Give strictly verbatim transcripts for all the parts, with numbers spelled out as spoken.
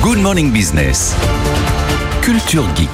Good Morning Business. Culture Geek.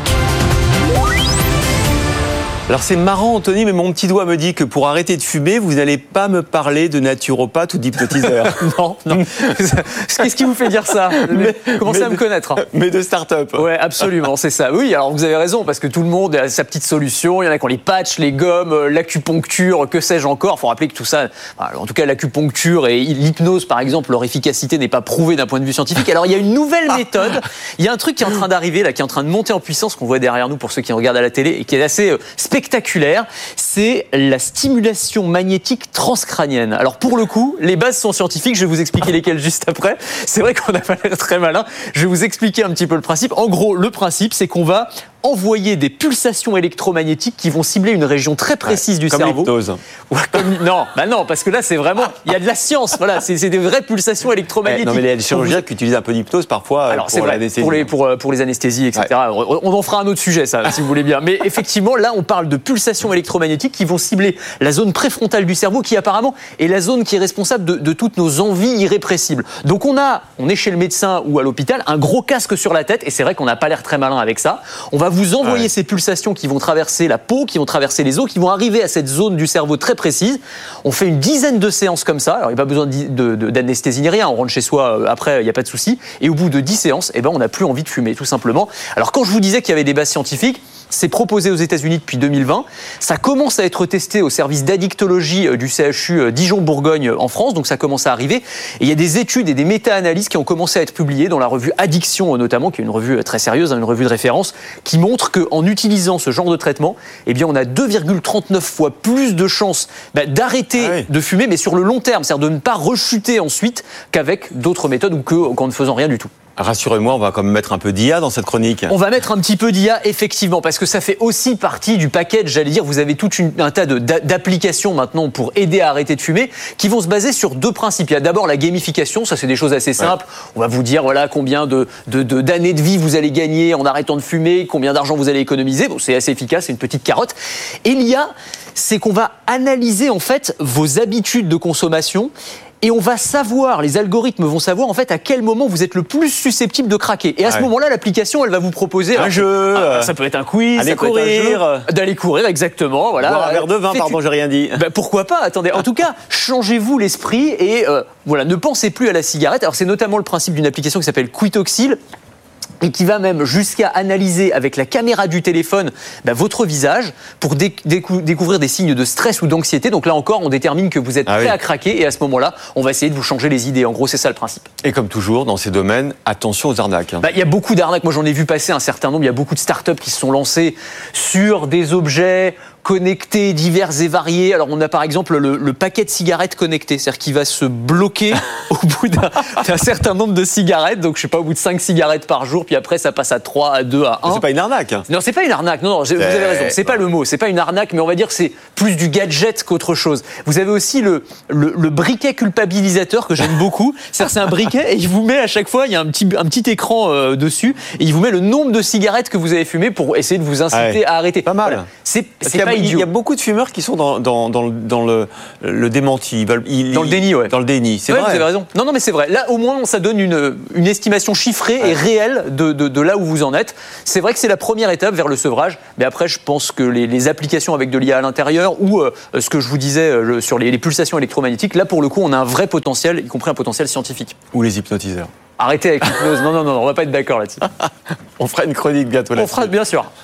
Alors c'est marrant Anthony, mais mon petit doigt me dit que pour arrêter de fumer, vous n'allez pas me parler de naturopathe ou d'hypnotiseur. Non, non. Qu'est-ce qui vous fait dire ça? mais, Commencez mais à me de, connaître. Hein. Mais de start-up. Ouais, absolument, c'est ça. Oui, alors vous avez raison, parce que tout le monde a sa petite solution. Il y en a qui ont les patchs, les gommes, l'acupuncture, que sais-je encore. Il faut rappeler que tout ça, en tout cas l'acupuncture et l'hypnose par exemple, leur efficacité n'est pas prouvée d'un point de vue scientifique. Alors il y a une nouvelle méthode. Il y a un truc qui est en train d'arriver, là, qui est en train de monter en puissance, qu'on voit derrière nous pour ceux qui regardent à la télé, et qui est assez euh, spectaculaire. C'est la stimulation magnétique transcrânienne. Alors pour le coup, les bases sont scientifiques, je vais vous expliquer lesquelles juste après. C'est vrai qu'on n'a pas l'air très malin. Je vais vous expliquer un petit peu le principe. En gros, le principe, c'est qu'on va envoyer des pulsations électromagnétiques qui vont cibler une région très précise ouais, du comme cerveau. L'hypnose. Ouais, comme Non, bah non, parce que là c'est vraiment, il y a de la science. Voilà, c'est, c'est des vraies pulsations électromagnétiques. Ouais, non mais les chirurgiens vous... qui utilisent un peu d'hypnose parfois. Alors pour c'est vrai, l'anesthésie. pour les pour pour les anesthésies, et cetera. Ouais. On en fera un autre sujet, ça, si vous voulez bien. Mais effectivement, là, on parle de pulsations électromagnétiques qui vont cibler la zone préfrontale du cerveau, qui apparemment est la zone qui est responsable de, de toutes nos envies irrépressibles. Donc on a, on est chez le médecin ou à l'hôpital, un gros casque sur la tête, et c'est vrai qu'on n'a pas l'air très malin avec ça. On va vous envoyer ouais. ces pulsations qui vont traverser la peau, qui vont traverser les os, qui vont arriver à cette zone du cerveau très précise. On fait une dizaine de séances comme ça. Alors, il n'y a pas besoin de, de, de, d'anesthésie ni rien. On rentre chez soi après, il n'y a pas de souci. Et au bout de dix séances, eh ben, on n'a plus envie de fumer, tout simplement. Alors, quand je vous disais qu'il y avait des bases scientifiques, c'est proposé aux États-Unis depuis deux mille vingt. Ça commence à être testé au service d'addictologie du C H U Dijon-Bourgogne en France, donc ça commence à arriver. Et il y a des études et des méta-analyses qui ont commencé à être publiées dans la revue Addiction notamment, qui est une revue très sérieuse, une revue de référence, qui montre qu'en utilisant ce genre de traitement, eh bien on a deux virgule trente-neuf fois plus de chances bah, d'arrêter ah oui. de fumer, mais sur le long terme, c'est-à-dire de ne pas rechuter ensuite qu'avec d'autres méthodes ou que, qu'en ne faisant rien du tout. Rassurez-moi, on va quand même mettre un peu d'I A dans cette chronique. On va mettre un petit peu d'I A, effectivement, parce que ça fait aussi partie du package, j'allais dire, vous avez tout une, un tas de, d'applications maintenant pour aider à arrêter de fumer, qui vont se baser sur deux principes. Il y a d'abord la gamification, ça c'est des choses assez simples. Ouais. On va vous dire, voilà, combien de, de, de, d'années de vie vous allez gagner en arrêtant de fumer, combien d'argent vous allez économiser. Bon, c'est assez efficace, c'est une petite carotte. Et l'I A, c'est qu'on va analyser, en fait, vos habitudes de consommation. Et on va savoir, les algorithmes vont savoir en fait à quel moment vous êtes le plus susceptible de craquer. Et à ouais. ce moment-là, l'application, elle va vous proposer un alors, jeu. Ah, ça peut être un quiz, aller ça peut courir, être un jeu, d'aller courir, exactement. Voilà. Boire un verre de vin, pardon, j'ai rien dit. Ben, pourquoi pas? Attendez. En tout cas, changez-vous l'esprit et euh, voilà, ne pensez plus à la cigarette. Alors c'est notamment le principe d'une application qui s'appelle Quitoxil, et qui va même jusqu'à analyser avec la caméra du téléphone bah, votre visage pour dé- décou- découvrir des signes de stress ou d'anxiété. Donc là encore, on détermine que vous êtes ah prêt oui. à craquer et à ce moment-là, on va essayer de vous changer les idées. En gros, c'est ça le principe. Et comme toujours, dans ces domaines, attention aux arnaques. Hein. Bah, y a beaucoup d'arnaques. Moi, j'en ai vu passer un certain nombre. Il y a beaucoup de startups qui se sont lancées sur des objets connectés, divers et variés. Alors, on a par exemple le, le paquet de cigarettes connecté, c'est-à-dire qu'il va se bloquer au bout d'un, d'un certain nombre de cigarettes. Donc, je sais pas, au bout de cinq cigarettes par jour, puis après, ça passe à trois, à deux, à un. C'est pas une arnaque. Hein. Non, c'est pas une arnaque. Non, non, c'est... vous avez raison. C'est pas le mot. C'est pas une arnaque, mais on va dire que c'est plus du gadget qu'autre chose. Vous avez aussi le, le, le briquet culpabilisateur que j'aime beaucoup. C'est-à-dire, c'est un briquet et il vous met à chaque fois, il y a un petit, un petit écran euh, dessus et il vous met le nombre de cigarettes que vous avez fumées pour essayer de vous inciter ah ouais. à arrêter. Pas mal. Voilà. C'est, c'est pas idiot. Il y a beaucoup de fumeurs qui sont dans, dans, dans, dans le, le démenti. Ils veulent, ils, dans le déni, ouais. Dans le déni, c'est ouais, vrai. Vous avez raison. Non, non, mais c'est vrai. Là, au moins, ça donne une, une estimation chiffrée ouais. et réelle de, de, de là où vous en êtes. C'est vrai que c'est la première étape vers le sevrage. Mais après, je pense que les, les applications avec de l'I A à l'intérieur ou euh, ce que je vous disais euh, sur les, les pulsations électromagnétiques, là, pour le coup, on a un vrai potentiel, y compris un potentiel scientifique. Ou les hypnotiseurs. Arrêtez avec l'hypnose. Non, non, non, on va pas être d'accord là-dessus. On fera une chronique bientôt là-dessus. On fera, bien sûr.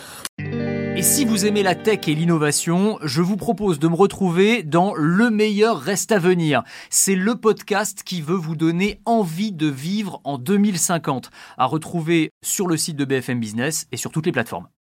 Et si vous aimez la tech et l'innovation, je vous propose de me retrouver dans Le meilleur reste à venir. C'est le podcast qui veut vous donner envie de vivre en deux mille cinquante, à retrouver sur le site de B F M Business et sur toutes les plateformes.